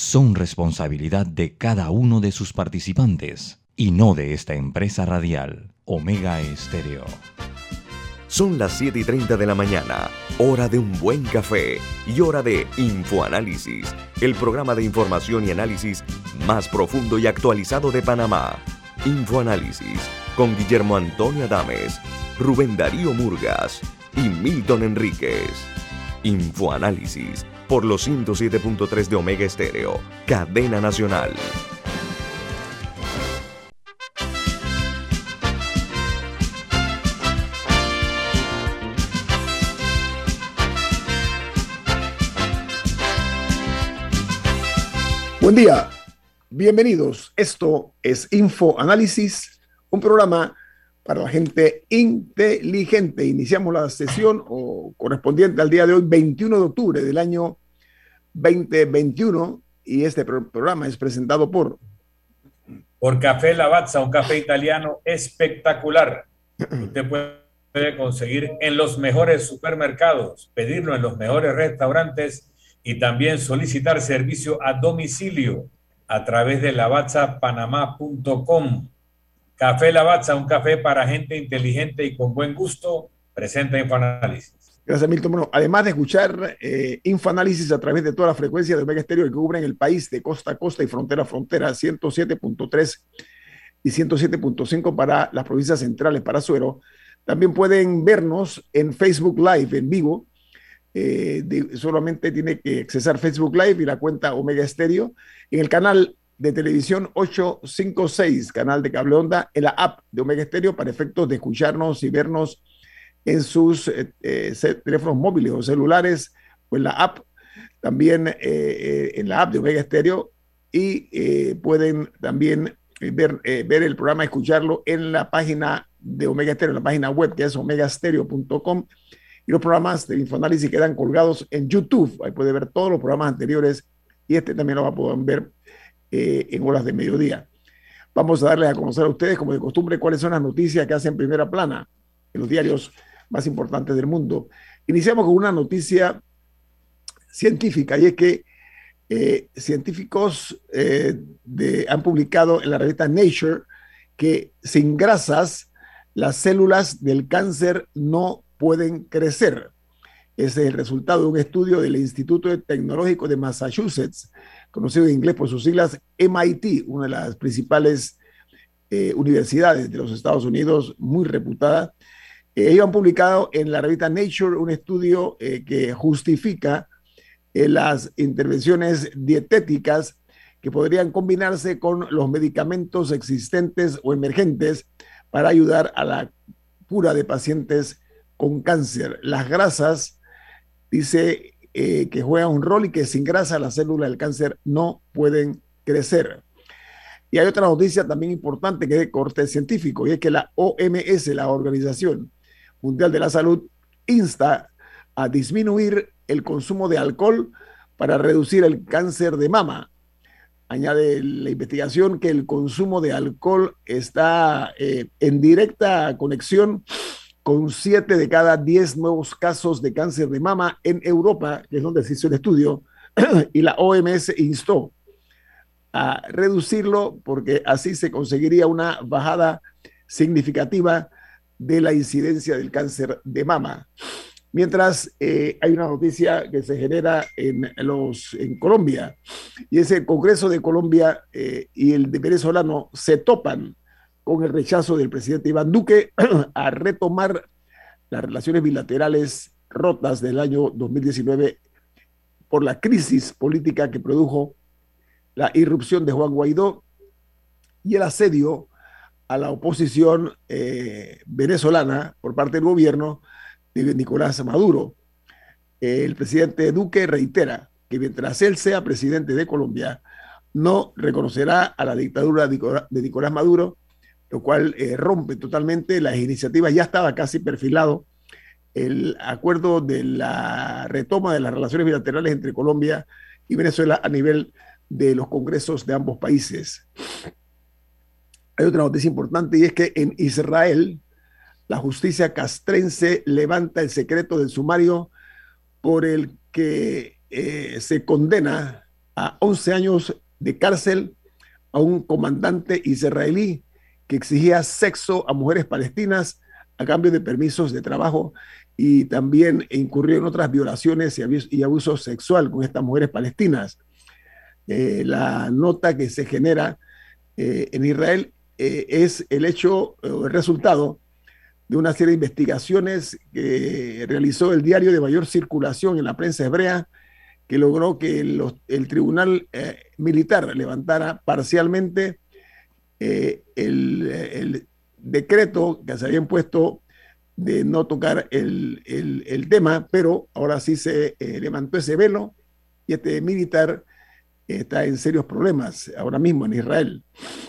son responsabilidad de cada uno de sus participantes y no de esta empresa radial, Omega Estéreo. Son las 7:30 de la mañana, hora de un buen café y hora de Infoanálisis, el programa de información y análisis más profundo y actualizado de Panamá. Infoanálisis con Guillermo Antonio Adames, Rubén Darío Murgas y Milton Enríquez. Infoanálisis por los 107.3 de Omega Estéreo, cadena nacional. Buen día, bienvenidos. Esto es Infoanálisis, un programa para la gente inteligente. Iniciamos la sesión correspondiente al día de hoy, 21 de octubre del año 2021, y este programa es presentado por Café Lavazza, un café italiano espectacular. Usted puede conseguir en los mejores supermercados, pedirlo en los mejores restaurantes y también solicitar servicio a domicilio a través de lavazzapanamá.com. Café Lavazza, un café para gente inteligente y con buen gusto, presenta Infoanálisis. Gracias, Milton. Bueno, además de escuchar Infoanálisis a través de toda la frecuencia de Omega Estéreo que cubren el país de costa a costa y frontera a frontera, 107.3 y 107.5 para las provincias centrales, para Suero. También pueden vernos en Facebook Live en vivo. Solamente tiene que accesar Facebook Live y la cuenta Omega Estéreo en el canal de televisión 856, canal de cable onda, en la app de Omega Estéreo para efectos de escucharnos y vernos en sus teléfonos móviles o celulares, o en la app, también en la app de Omega Estéreo, y pueden también ver el programa, escucharlo en la página de Omega Estéreo, en la página web que es omegastereo.com. Y los programas de Infoanálisis quedan colgados en YouTube. Ahí puede ver todos los programas anteriores y este también lo va a poder ver en horas de mediodía. Vamos a darles a conocer a ustedes, como de costumbre, cuáles son las noticias que hacen primera plana en los diarios más importantes del mundo. Iniciamos con una noticia científica, y es que científicos han publicado en la revista Nature que sin grasas las células del cáncer no pueden crecer. Ese es el resultado de un estudio del Instituto Tecnológico de Massachusetts, conocido en inglés por sus siglas MIT, una de las principales universidades de los Estados Unidos, muy reputada. Ellos han publicado en la revista Nature un estudio que justifica las intervenciones dietéticas que podrían combinarse con los medicamentos existentes o emergentes para ayudar a la cura de pacientes con cáncer. Las grasas, dice que juegan un rol y que sin grasa las células del cáncer no pueden crecer. Y hay otra noticia también importante que es de corte científico, y es que la OMS, la Organización Mundial de la Salud, insta a disminuir el consumo de alcohol para reducir el cáncer de mama. Añade la investigación que el consumo de alcohol está en directa conexión con 7 de cada 10 nuevos casos de cáncer de mama en Europa, que es donde se hizo el estudio, y la OMS instó a reducirlo porque así se conseguiría una bajada significativa de la incidencia del cáncer de mama. Mientras hay una noticia que se genera en Colombia, y es el Congreso de Colombia y el de venezolano se topan con el rechazo del presidente Iván Duque a retomar las relaciones bilaterales rotas del año 2019 por la crisis política que produjo la irrupción de Juan Guaidó y el asedio a la oposición venezolana por parte del gobierno de Nicolás Maduro. El presidente Duque reitera que mientras él sea presidente de Colombia, no reconocerá a la dictadura de Nicolás Maduro, lo cual rompe totalmente las iniciativas. Ya estaba casi perfilado el acuerdo de la retoma de las relaciones bilaterales entre Colombia y Venezuela a nivel de los congresos de ambos países. Hay otra noticia importante, y es que en Israel la justicia castrense levanta el secreto del sumario por el que se condena a 11 años de cárcel a un comandante israelí que exigía sexo a mujeres palestinas a cambio de permisos de trabajo y también incurrió en otras violaciones y abuso sexual con estas mujeres palestinas. La nota que se genera en Israel es el hecho, el resultado de una serie de investigaciones que realizó el diario de mayor circulación en la prensa hebrea, que logró que el tribunal militar levantara parcialmente el decreto que se había impuesto de no tocar el tema, pero ahora sí se levantó ese velo y este militar está en serios problemas ahora mismo en Israel.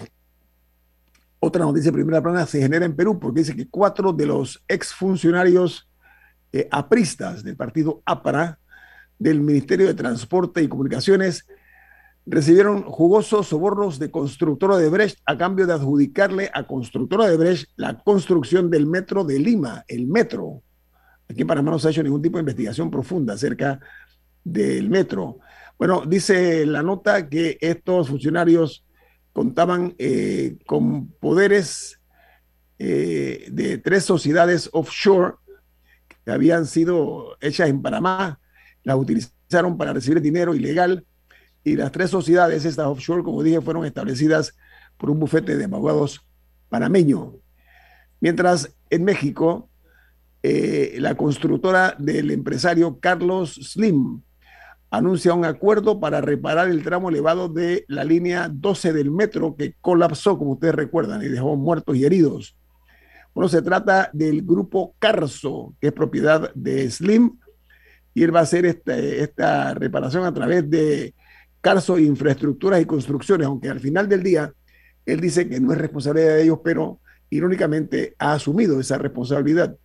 Otra noticia de primera plana se genera en Perú porque dice que 4 de los exfuncionarios apristas del partido APRA del Ministerio de Transporte y Comunicaciones recibieron jugosos sobornos de Constructora Odebrecht a cambio de adjudicarle a Constructora Odebrecht la construcción del metro de Lima, el metro. Aquí en Panamá no se ha hecho ningún tipo de investigación profunda acerca del metro. Bueno, dice la nota que estos funcionarios contaban con poderes de 3 sociedades offshore que habían sido hechas en Panamá, las utilizaron para recibir dinero ilegal y las 3 sociedades, estas offshore, como dije, fueron establecidas por un bufete de abogados panameño. Mientras en México, la constructora del empresario Carlos Slim anuncia un acuerdo para reparar el tramo elevado de la línea 12 del metro que colapsó, como ustedes recuerdan, y dejó muertos y heridos. Bueno, se trata del grupo Carso, que es propiedad de Slim, y él va a hacer esta reparación a través de Carso Infraestructuras y Construcciones, aunque al final del día él dice que no es responsabilidad de ellos, pero irónicamente ha asumido esa responsabilidad.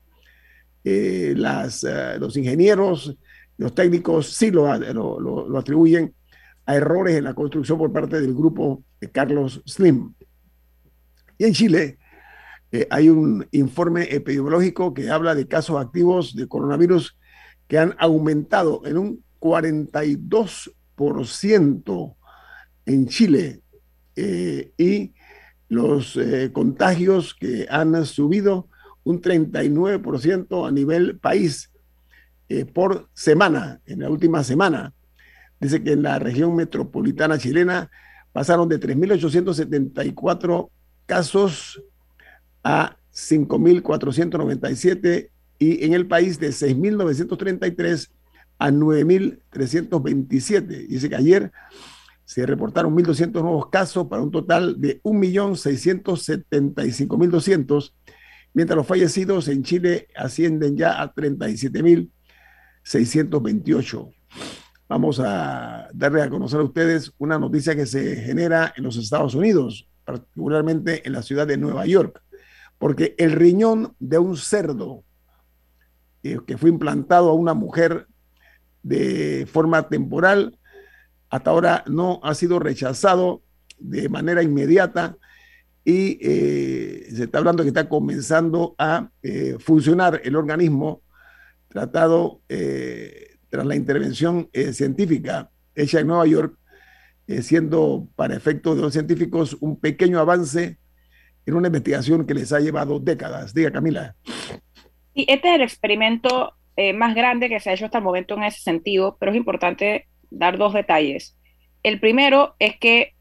Los ingenieros, los técnicos sí lo atribuyen a errores en la construcción por parte del grupo de Carlos Slim. Y en Chile hay un informe epidemiológico que habla de casos activos de coronavirus que han aumentado en un 42% en Chile y los contagios que han subido un 39% a nivel país por semana, en la última semana. Dice que en la región metropolitana chilena pasaron de 3.874 casos a 5.497 y en el país de 6.933 a 9.327. Dice que ayer se reportaron 1.200 nuevos casos para un total de 1.675.200, mientras los fallecidos en Chile ascienden ya a 37.628. Vamos a darle a conocer a ustedes una noticia que se genera en los Estados Unidos, particularmente en la ciudad de Nueva York, porque el riñón de un cerdo que fue implantado a una mujer de forma temporal, hasta ahora no ha sido rechazado de manera inmediata y se está hablando que está comenzando a funcionar el organismo tratado tras la intervención científica hecha en Nueva York, siendo para efectos de los científicos un pequeño avance en una investigación que les ha llevado décadas. Diga, Camila. Y este es el experimento más grande que se ha hecho hasta el momento en ese sentido, pero es importante dar 2 detalles. El primero es que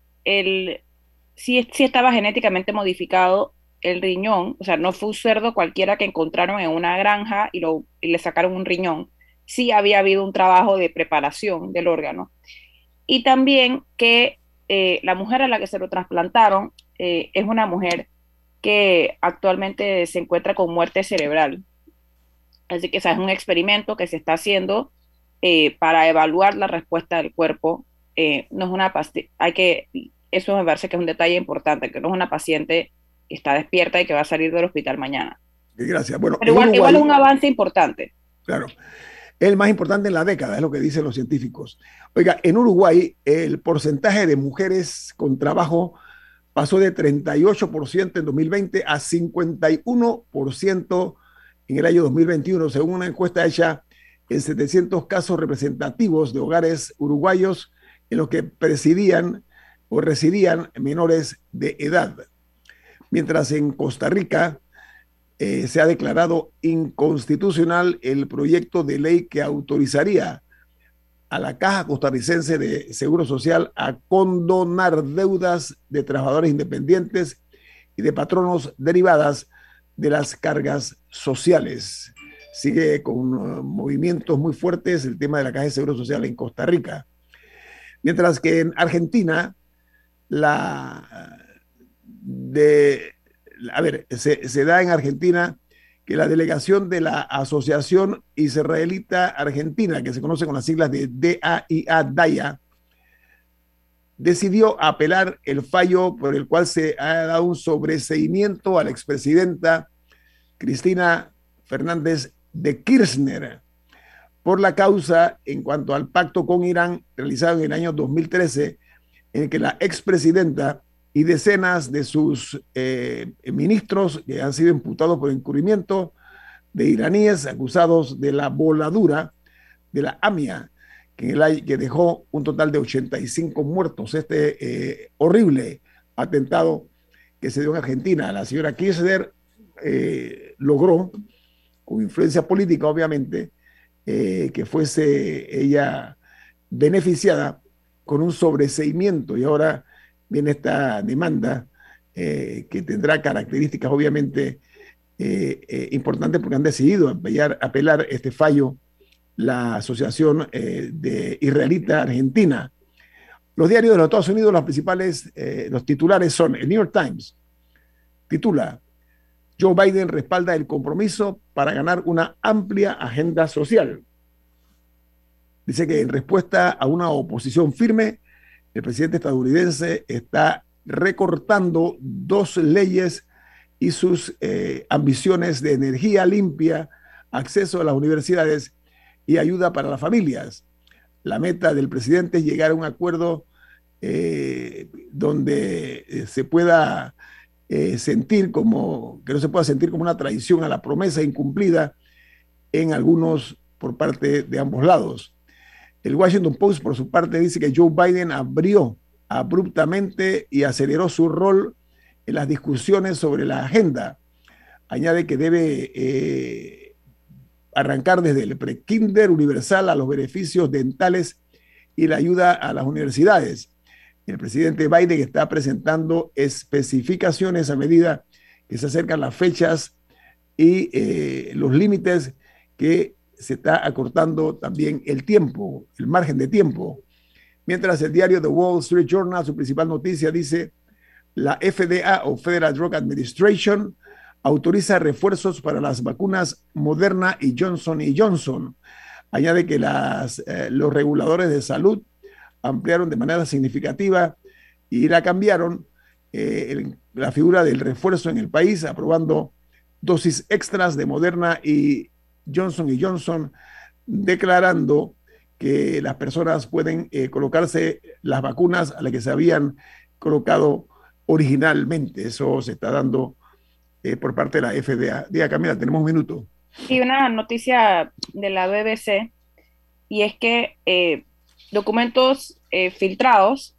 sí estaba genéticamente modificado el riñón, o sea, no fue un cerdo cualquiera que encontraron en una granja y le sacaron un riñón. Sí había habido un trabajo de preparación del órgano. Y también que la mujer a la que se lo trasplantaron es una mujer que actualmente se encuentra con muerte cerebral. Así que, o sea, es un experimento que se está haciendo para evaluar la respuesta del cuerpo. No es una eso me parece que es un detalle importante, que no es una paciente que está despierta y que va a salir del hospital mañana. Gracias. Bueno, pero igual es un avance importante. Claro. El más importante en la década, es lo que dicen los científicos. Oiga, en Uruguay el porcentaje de mujeres con trabajo pasó de 38% en 2020 a 51% en el año 2021, según una encuesta hecha en 700 casos representativos de hogares uruguayos en los que presidían o residían menores de edad. Mientras en Costa Rica se ha declarado inconstitucional el proyecto de ley que autorizaría a la Caja Costarricense de Seguro Social a condonar deudas de trabajadores independientes y de patronos derivadas de las cargas sociales. Sigue con movimientos muy fuertes el tema de la Caja de Seguro Social en Costa Rica. Mientras que en Argentina, se da en Argentina que la delegación de la Asociación Israelita Argentina, que se conoce con las siglas de DAIA, decidió apelar el fallo por el cual se ha dado un sobreseimiento a la expresidenta Cristina Fernández de Kirchner por la causa en cuanto al pacto con Irán realizado en el año 2013, en el que la expresidenta y decenas de sus ministros que han sido imputados por encubrimiento de iraníes acusados de la voladura de la AMIA, que dejó un total de 85 muertos. Horrible atentado que se dio en Argentina. La señora Kirchner logró, con influencia política obviamente, que fuese ella beneficiada con un sobreseimiento, y ahora viene esta demanda que tendrá características obviamente importantes, porque han decidido apelar este fallo la Asociación de Israelita Argentina. Los diarios de los Estados Unidos, los principales, los titulares son: el New York Times titula: Joe Biden respalda el compromiso para ganar una amplia agenda social. Dice que en respuesta a una oposición firme, el presidente estadounidense está recortando 2 leyes y sus ambiciones de energía limpia, acceso a las universidades y ayuda para las familias. La meta del presidente es llegar a un acuerdo donde se pueda sentir como, que no se pueda sentir como una traición a la promesa incumplida en algunos por parte de ambos lados. El Washington Post, por su parte, dice que Joe Biden abrió abruptamente y aceleró su rol en las discusiones sobre la agenda. Añade que debe arrancar desde el pre-kinder universal a los beneficios dentales y la ayuda a las universidades. El presidente Biden está presentando especificaciones a medida que se acercan las fechas y los límites, que se está acortando también el tiempo, el margen de tiempo. Mientras el diario The Wall Street Journal, su principal noticia, dice: la FDA o Federal Drug Administration autoriza refuerzos para las vacunas Moderna y Johnson & Johnson. Añade que los reguladores de salud ampliaron de manera significativa y la cambiaron la figura del refuerzo en el país, aprobando dosis extras de Moderna y Johnson & Johnson, declarando que las personas pueden colocarse las vacunas a las que se habían colocado originalmente. Eso se está dando por parte de la FDA. Diga, Camila, tenemos un minuto. Y una noticia de la BBC, y es que documentos filtrados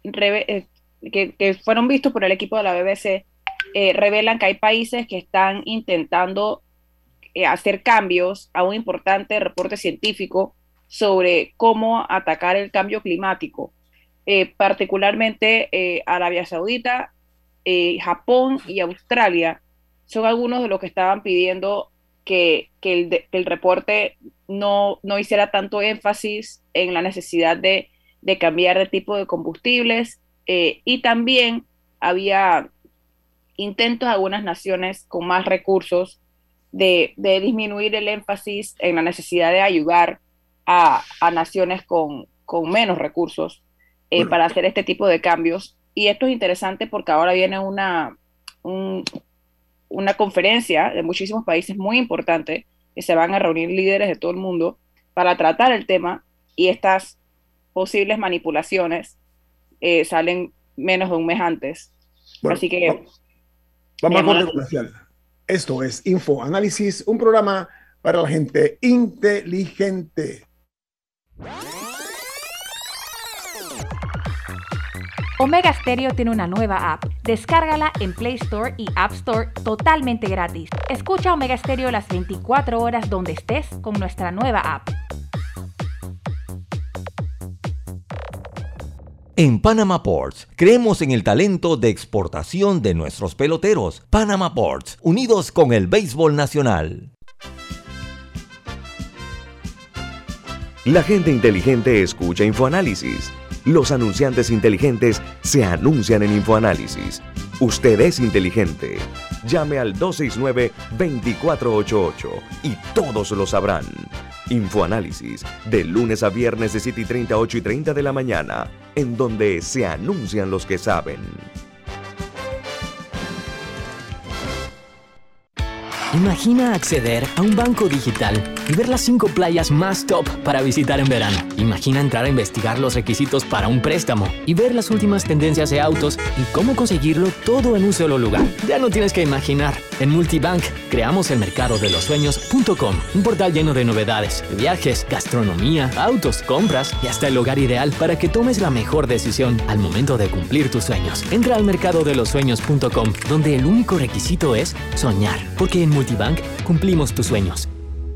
que fueron vistos por el equipo de la BBC revelan que hay países que están intentando hacer cambios a un importante reporte científico sobre cómo atacar el cambio climático, particularmente Arabia Saudita, Japón y Australia son algunos de los que estaban pidiendo que el reporte no hiciera tanto énfasis en la necesidad de cambiar de tipo de combustibles, y también había intentos de algunas naciones con más recursos de disminuir el énfasis en la necesidad de ayudar a naciones con menos recursos para hacer este tipo de cambios. Y esto es interesante porque ahora viene una conferencia de muchísimos países muy importante, que se van a reunir líderes de todo el mundo para tratar el tema, y estas posibles manipulaciones salen menos de un mes antes. Bueno, así que vamos a corte comercial. Esto es Info Análisis, un programa para la gente inteligente. Omega Stereo tiene una nueva app. Descárgala en Play Store y App Store totalmente gratis. Escucha Omega Stereo las 24 horas donde estés con nuestra nueva app. En Panama Ports, creemos en el talento de exportación de nuestros peloteros. Panama Ports, unidos con el béisbol nacional. La gente inteligente escucha InfoAnálisis. Los anunciantes inteligentes se anuncian en InfoAnálisis. Usted es inteligente. Llame al 269-2488 y todos lo sabrán. InfoAnálisis, de lunes a viernes de 7:30 a 8:30 de la mañana, en donde se anuncian los que saben. Imagina acceder a un banco digital y ver las 5 playas más top para visitar en verano. Imagina entrar a investigar los requisitos para un préstamo y ver las últimas tendencias de autos y cómo conseguirlo todo en un solo lugar. Ya no tienes que imaginar. En Multibank creamos el mercadodelosueños.com, un portal lleno de novedades, viajes, gastronomía, autos, compras y hasta el hogar ideal para que tomes la mejor decisión al momento de cumplir tus sueños. Entra al mercadodelosueños.com, donde el único requisito es soñar, porque en Multibank cumplimos tus sueños.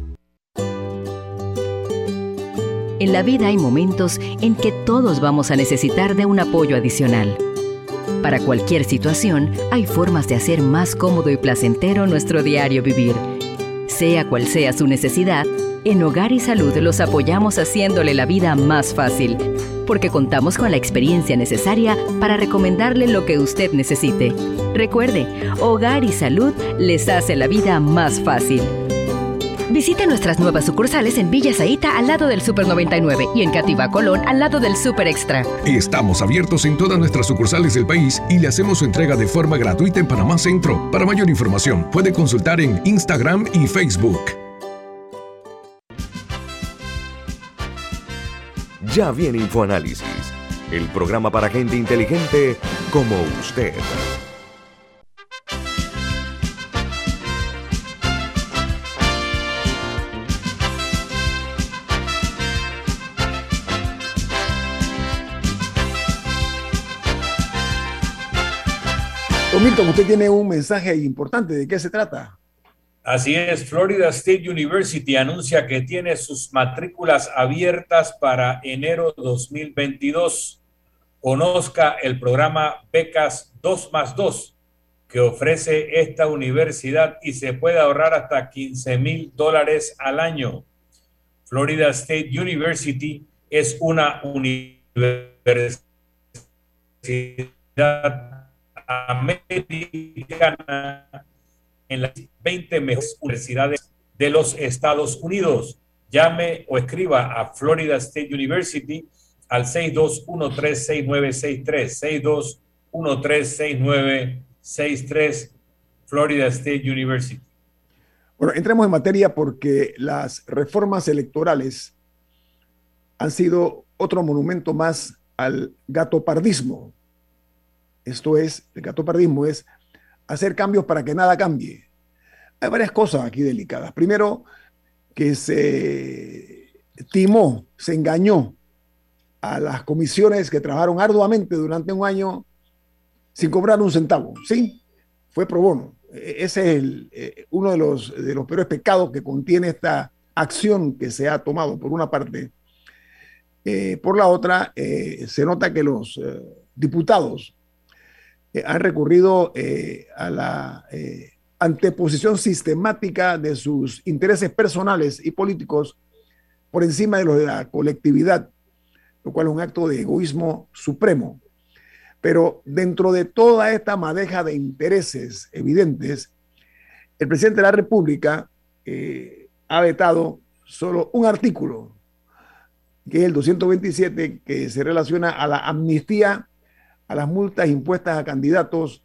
En la vida hay momentos en que todos vamos a necesitar de un apoyo adicional. Para cualquier situación, hay formas de hacer más cómodo y placentero nuestro diario vivir. Sea cual sea su necesidad, en Hogar y Salud los apoyamos haciéndole la vida más fácil, porque contamos con la experiencia necesaria para recomendarle lo que usted necesite. Recuerde, Hogar y Salud les hace la vida más fácil. Visite nuestras nuevas sucursales en Villa Zaita al lado del Super 99 y en Cativa Colón al lado del Super Extra. Estamos abiertos en todas nuestras sucursales del país y le hacemos su entrega de forma gratuita en Panamá Centro. Para mayor información, puede consultar en Instagram y Facebook. Ya viene InfoAnálisis, el programa para gente inteligente como usted. Milton, usted tiene un mensaje importante. ¿De qué se trata? Así es, Florida State University anuncia que tiene sus matrículas abiertas para enero 2022. Conozca el programa Becas 2+2 que ofrece esta universidad y se puede ahorrar hasta $15,000 al año. Florida State University es una universidad americana en las 20 mejores universidades de los Estados Unidos. Llame o escriba a Florida State University al 621-36963, 621-36963, Florida State University. Bueno, entremos en materia porque las reformas electorales han sido otro monumento más al gatopardismo. Esto es, el gatopardismo es hacer cambios para que nada cambie. Hay varias cosas aquí delicadas. Primero, que se timó, se engañó a las comisiones que trabajaron arduamente durante un año sin cobrar un centavo. Sí, fue pro bono. Ese es uno de los peores pecados que contiene esta acción que se ha tomado, por una parte. Por la otra, se nota que los diputados han recurrido a la anteposición sistemática de sus intereses personales y políticos por encima de los de la colectividad, lo cual es un acto de egoísmo supremo. Pero dentro de toda esta madeja de intereses evidentes, el presidente de la República ha vetado solo un artículo, que es el 227, que se relaciona a la amnistía a las multas impuestas a candidatos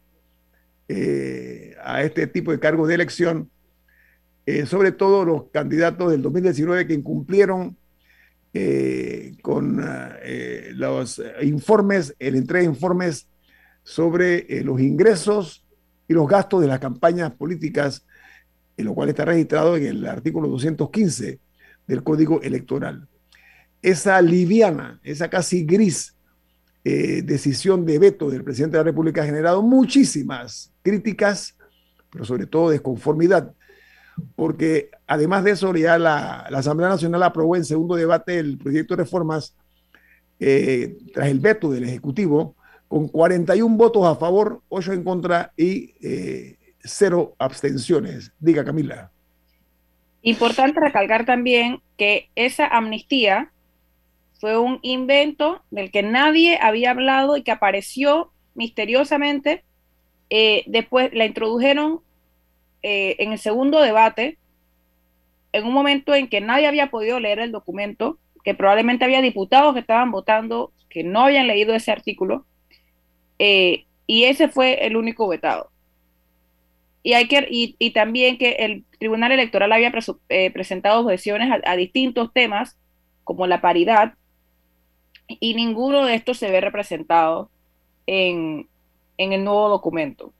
a este tipo de cargos de elección, sobre todo los candidatos del 2019 que incumplieron con los informes, el entrega de informes sobre los ingresos y los gastos de las campañas políticas, lo cual está registrado en el artículo 215 del Código Electoral. Esa liviana, esa casi gris decisión de veto del presidente de la República ha generado muchísimas críticas, pero sobre todo desconformidad, porque además de eso ya la Asamblea Nacional aprobó en segundo debate el proyecto de reformas tras el veto del Ejecutivo, con 41 votos a favor, 8 en contra y 0 abstenciones. Diga, Camila. Importante recalcar también que esa amnistía fue un invento del que nadie había hablado y que apareció misteriosamente. Después la introdujeron en el segundo debate, en un momento en que nadie había podido leer el documento, que probablemente había diputados que estaban votando que no habían leído ese artículo, y ese fue el único vetado. Y también que el Tribunal Electoral había presentado objeciones a distintos temas, como la paridad, y ninguno de estos se ve representado en el nuevo documento.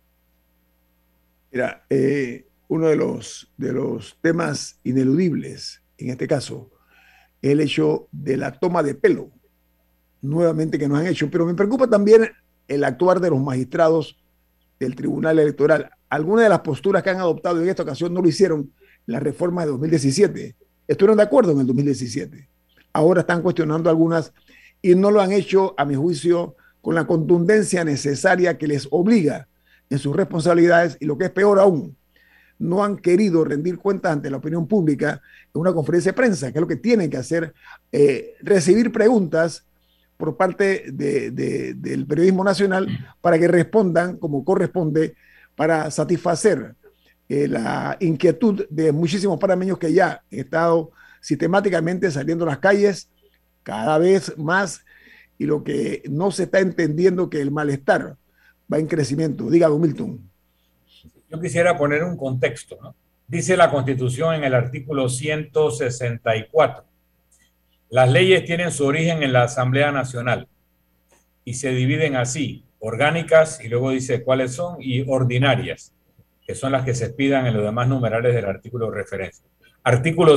Mira, uno de los temas ineludibles, en este caso, es el hecho de la toma de pelo, nuevamente que nos han hecho, pero me preocupa también el actuar de los magistrados del Tribunal Electoral. Algunas de las posturas que han adoptado en esta ocasión no lo hicieron en la reforma de 2017. Estuvieron de acuerdo en el 2017. Ahora están cuestionando algunas y no lo han hecho, a mi juicio, con la contundencia necesaria que les obliga en sus responsabilidades, y lo que es peor aún, no han querido rendir cuentas ante la opinión pública en una conferencia de prensa, que es lo que tienen que hacer, recibir preguntas por parte del periodismo nacional para que respondan como corresponde, para satisfacer la inquietud de muchísimos panameños que ya han estado sistemáticamente saliendo a las calles cada vez más, y lo que no se está entendiendo que el malestar va en crecimiento. Diga, don Milton. Yo quisiera poner un contexto, ¿no? Dice la Constitución en el artículo 164: las leyes tienen su origen en la Asamblea Nacional y se dividen así: orgánicas, y luego dice cuáles son, y ordinarias, que son las que se expidan en los demás numerales del artículo de referencia. Artículo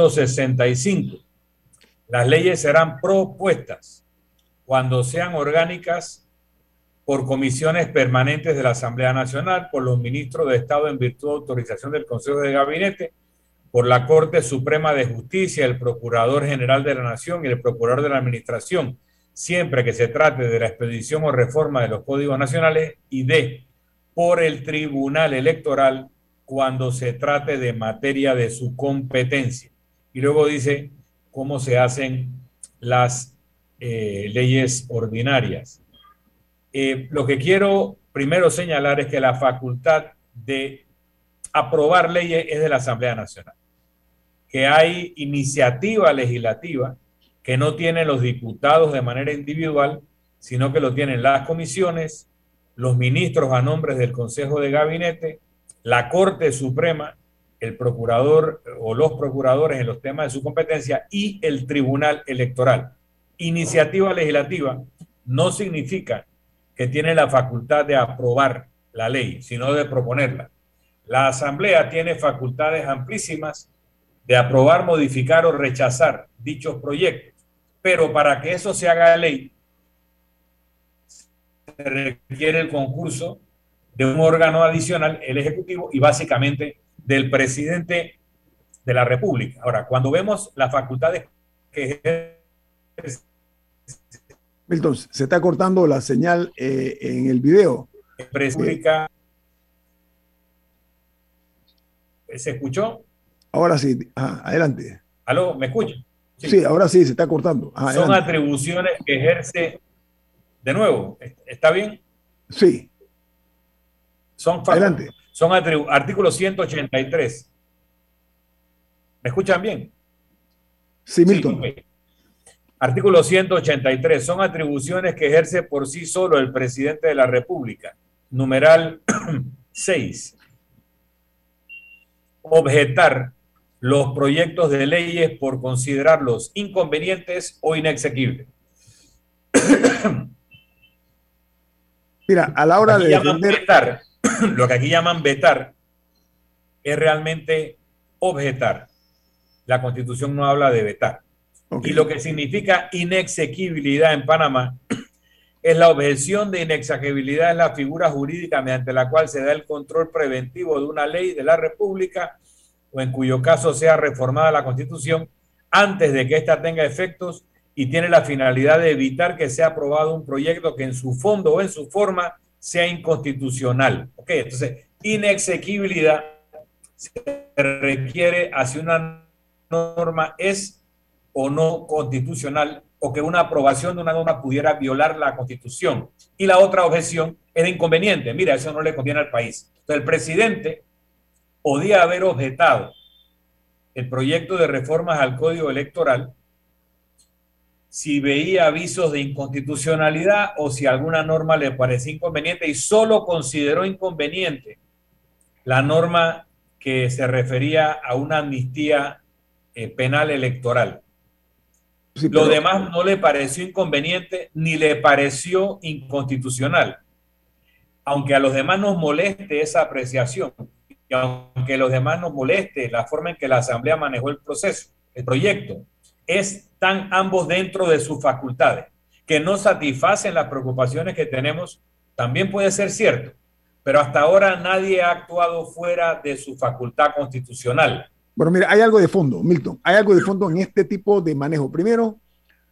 165: las leyes serán propuestas cuando sean orgánicas por comisiones permanentes de la Asamblea Nacional, por los ministros de Estado en virtud de autorización del Consejo de Gabinete, por la Corte Suprema de Justicia, el Procurador General de la Nación y el Procurador de la Administración, siempre que se trate de la expedición o reforma de los códigos nacionales, y por el Tribunal Electoral cuando se trate de materia de su competencia. Y luego dice cómo se hacen las leyes ordinarias. Lo que quiero primero señalar es que la facultad de aprobar leyes es de la Asamblea Nacional, que hay iniciativa legislativa que no tienen los diputados de manera individual, sino que lo tienen las comisiones, los ministros a nombre del Consejo de Gabinete, la Corte Suprema, el procurador o los procuradores en los temas de su competencia y el Tribunal Electoral. Iniciativa legislativa no significa que tiene la facultad de aprobar la ley, sino de proponerla. La Asamblea tiene facultades amplísimas de aprobar, modificar o rechazar dichos proyectos, pero para que eso se haga ley, se requiere el concurso de un órgano adicional, el Ejecutivo, y básicamente del presidente de la República. Ahora, cuando vemos las facultades que ejerce... Milton, se está cortando la señal en el video. República. ¿Se escuchó? Ahora sí, adelante. ¿Aló? ¿Me escucha? Sí, ahora sí, se está cortando. Son atribuciones que ejerce... De nuevo, ¿está bien? Sí. Adelante. Son artículo 183. ¿Me escuchan bien? Sí, Milton. Sí, okay. Artículo 183. Son atribuciones que ejerce por sí solo el presidente de la República. Numeral 6. Objetar los proyectos de leyes por considerarlos inconvenientes o inexequibles. Mira, a la hora de defender... vetar, lo que aquí llaman vetar es realmente objetar. La Constitución no habla de vetar. Okay. Y lo que significa inexequibilidad en Panamá es la objeción de inexequibilidad, es la figura jurídica mediante la cual se da el control preventivo de una ley de la República o en cuyo caso sea reformada la Constitución antes de que ésta tenga efectos y tiene la finalidad de evitar que sea aprobado un proyecto que en su fondo o en su forma sea inconstitucional. ¿Ok? Entonces, inexequibilidad se requiere hacia una norma es o no constitucional o que una aprobación de una norma pudiera violar la Constitución. Y la otra objeción es de inconveniente. Mira, eso no le conviene al país. Entonces, el presidente podía haber objetado el proyecto de reformas al Código Electoral si veía avisos de inconstitucionalidad o si alguna norma le parecía inconveniente y solo consideró inconveniente la norma que se refería a una amnistía penal electoral. Sí, pero lo demás no le pareció inconveniente ni le pareció inconstitucional. Aunque a los demás nos moleste esa apreciación y aunque a los demás nos moleste la forma en que la Asamblea manejó el proceso, el proyecto, están ambos dentro de sus facultades, que no satisfacen las preocupaciones que tenemos, también puede ser cierto, pero hasta ahora nadie ha actuado fuera de su facultad constitucional. Bueno, mira, hay algo de fondo, Milton, hay algo de fondo en este tipo de manejo. Primero,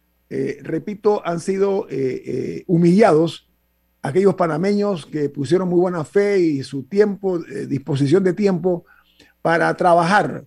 repito, han sido humillados aquellos panameños que pusieron muy buena fe y su tiempo, disposición de tiempo para trabajar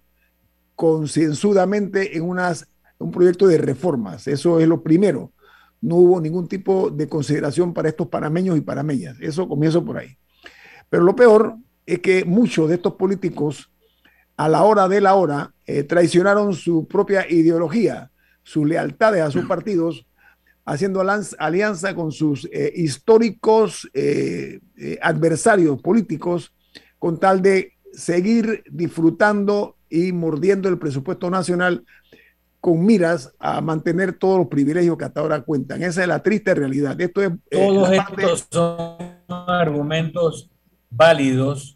concienzudamente en un proyecto de reformas. Eso es lo primero. No hubo ningún tipo de consideración para estos panameños y panameñas. Eso comienzo por ahí. Pero lo peor es que muchos de estos políticos a la hora de la hora traicionaron su propia ideología, sus lealtades a sus partidos, haciendo alianza con sus históricos adversarios políticos con tal de seguir disfrutando y mordiendo el presupuesto nacional con miras a mantener todos los privilegios que hasta ahora cuentan. Esa es la triste realidad. Esto es, todos estos son argumentos válidos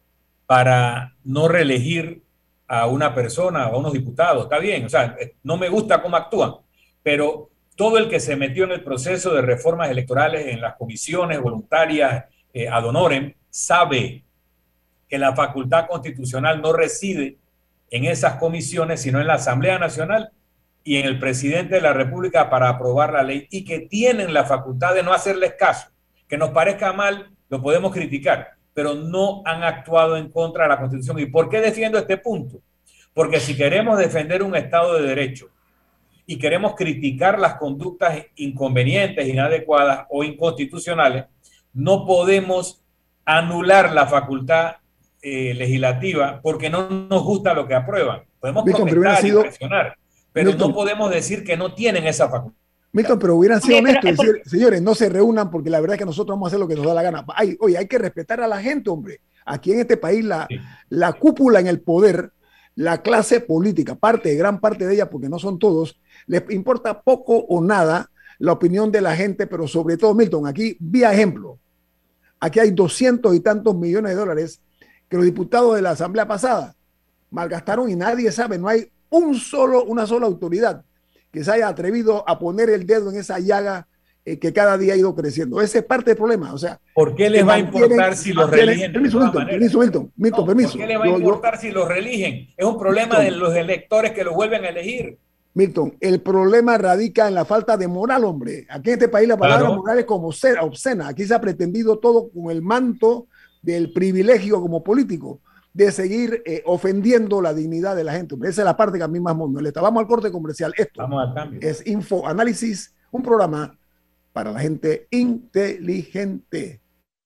para no reelegir a una persona o a unos diputados. Está bien, o sea, no me gusta cómo actúan, pero todo el que se metió en el proceso de reformas electorales en las comisiones voluntarias ad honorem sabe que la facultad constitucional no reside en esas comisiones, sino en la Asamblea Nacional y en el presidente de la República para aprobar la ley y que tienen la facultad de no hacerles caso. Que nos parezca mal, lo podemos criticar, pero no han actuado en contra de la Constitución. ¿Y por qué defiendo este punto? Porque si queremos defender un Estado de Derecho y queremos criticar las conductas inconvenientes, inadecuadas o inconstitucionales, no podemos anular la facultad legislativa porque no nos gusta lo que aprueban. Podemos protestar y presionar, pero no podemos decir que no tienen esa facultad. Milton, pero hubieran sido honestos, decir, señores, no se reúnan porque la verdad es que nosotros vamos a hacer lo que nos da la gana. Oye, hay que respetar a la gente, hombre. Aquí en este país la cúpula en el poder, la clase política, gran parte de ella, porque no son todos, les importa poco o nada la opinión de la gente, pero sobre todo, Milton, aquí vía ejemplo, aquí hay 200 y tantos millones de dólares que los diputados de la asamblea pasada malgastaron y nadie sabe, no hay una sola autoridad que se haya atrevido a poner el dedo en esa llaga que cada día ha ido creciendo. Ese es parte del problema. O sea, ¿por qué les va a importar si los religen? Permiso, Milton, permiso. ¿Por qué les va a importar si los religen? Es un problema de los electores que los vuelven a elegir. Milton, el problema radica en la falta de moral, hombre. Aquí en este país la palabra moral es como obscena. Aquí se ha pretendido todo con el manto del privilegio como político de seguir ofendiendo la dignidad de la gente. Esa es la parte que a mí más me molesta. Vamos al corte comercial. Esto es Infoanálisis, un programa para la gente inteligente.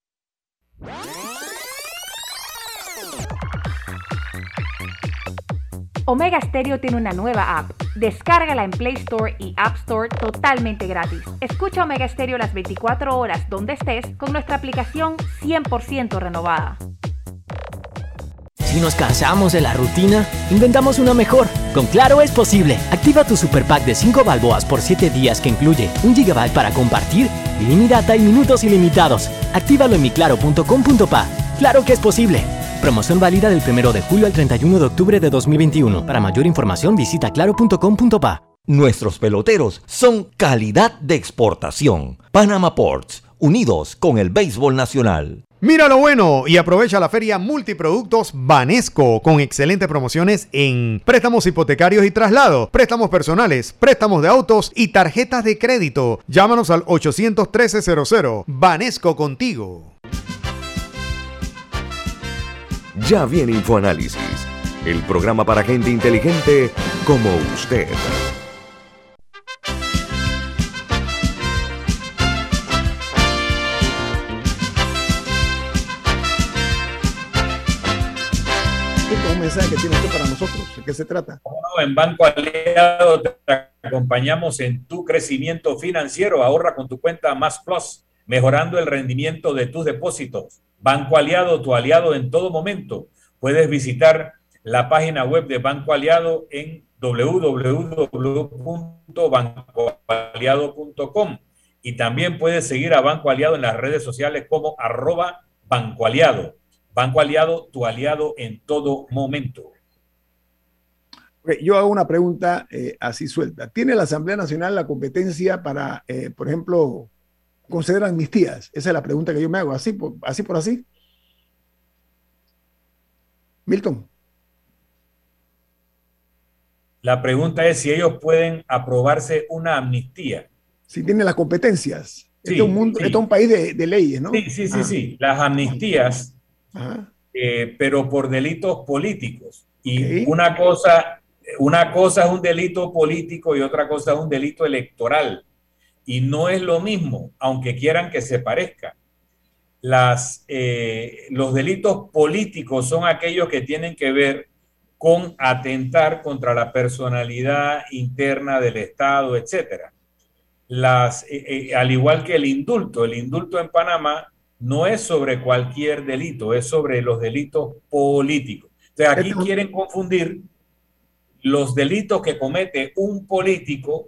Omega Stereo tiene una nueva app. Descárgala en Play Store y App Store totalmente gratis. Escucha Omega Stereo las 24 horas donde estés con nuestra aplicación 100% renovada. Si nos cansamos de la rutina, inventamos una mejor. Con Claro es posible. Activa tu super pack de 5 balboas por 7 días que incluye 1 GB para compartir, ilimitada y minutos ilimitados. Actívalo en miclaro.com.pa. Claro que es posible. Promoción válida del 1 de julio al 31 de octubre de 2021. Para mayor información visita claro.com.pa. Nuestros peloteros son calidad de exportación. Panama Ports, unidos con el béisbol nacional. Mira lo bueno y aprovecha la feria Multiproductos Banesco con excelentes promociones en préstamos hipotecarios y traslados, préstamos personales, préstamos de autos y tarjetas de crédito. Llámanos al 813-00. Banesco contigo. Ya viene InfoAnálisis, el programa para gente inteligente como usted. Un mensaje que tiene usted para nosotros. ¿De qué se trata? En Banco Aliado te acompañamos en tu crecimiento financiero. Ahorra con tu cuenta Más Plus, mejorando el rendimiento de tus depósitos. Banco Aliado, tu aliado en todo momento. Puedes visitar la página web de Banco Aliado en www.bancoaliado.com y también puedes seguir a Banco Aliado en las redes sociales como @Banco Aliado. Banco Aliado, tu aliado en todo momento. Yo hago una pregunta así suelta. ¿Tiene la Asamblea Nacional la competencia para, por ejemplo, conceder amnistías? Esa es la pregunta que yo me hago, así por así. Milton. La pregunta es si ellos pueden aprobarse una amnistía. Si tienen las competencias. Sí, este es un país de leyes, ¿no? Sí. Las amnistías, pero por delitos políticos. Y una cosa es un delito político y otra cosa es un delito electoral. Y no es lo mismo, aunque quieran que se parezca. Los delitos políticos son aquellos que tienen que ver con atentar contra la personalidad interna del Estado, etcétera. Al igual que el indulto en Panamá no es sobre cualquier delito, es sobre los delitos políticos. Entonces aquí quieren confundir los delitos que comete un político,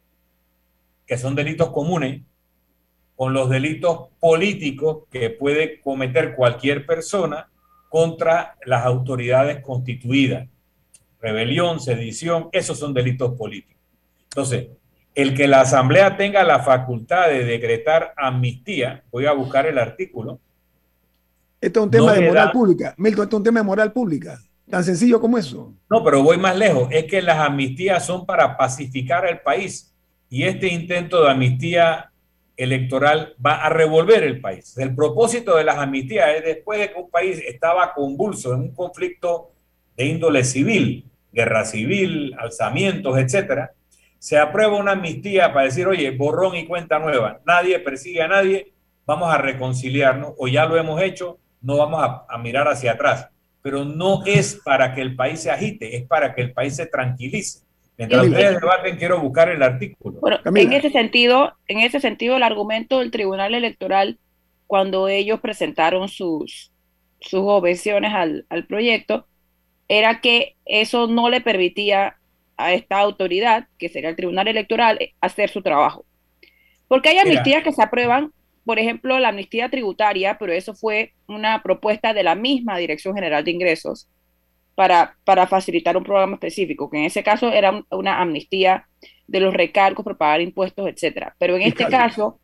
que son delitos comunes, con los delitos políticos que puede cometer cualquier persona contra las autoridades constituidas. Rebelión, sedición, esos son delitos políticos. Entonces, el que la Asamblea tenga la facultad de decretar amnistía, voy a buscar el artículo. Esto es un tema de moral pública. Milton, esto es un tema de moral pública. Tan sencillo como eso. No, pero voy más lejos. Es que las amnistías son para pacificar al país. Y este intento de amnistía electoral va a revolver el país. El propósito de las amnistías es después de que un país estaba convulso en un conflicto de índole civil, guerra civil, alzamientos, etcétera, se aprueba una amnistía para decir, oye, borrón y cuenta nueva, nadie persigue a nadie, vamos a reconciliarnos, o ya lo hemos hecho, no vamos a mirar hacia atrás. Pero no es para que el país se agite, es para que el país se tranquilice. Mientras ustedes debaten, quiero buscar el artículo. Bueno, en ese sentido, el argumento del Tribunal Electoral, cuando ellos presentaron sus objeciones al proyecto, era que eso no le permitía a esta autoridad, que sería el Tribunal Electoral, hacer su trabajo. Porque hay amnistías que se aprueban, por ejemplo, la amnistía tributaria, pero eso fue una propuesta de la misma Dirección General de Ingresos para facilitar un programa específico, que en ese caso era una amnistía de los recargos por pagar impuestos, etcétera. Pero en este caso,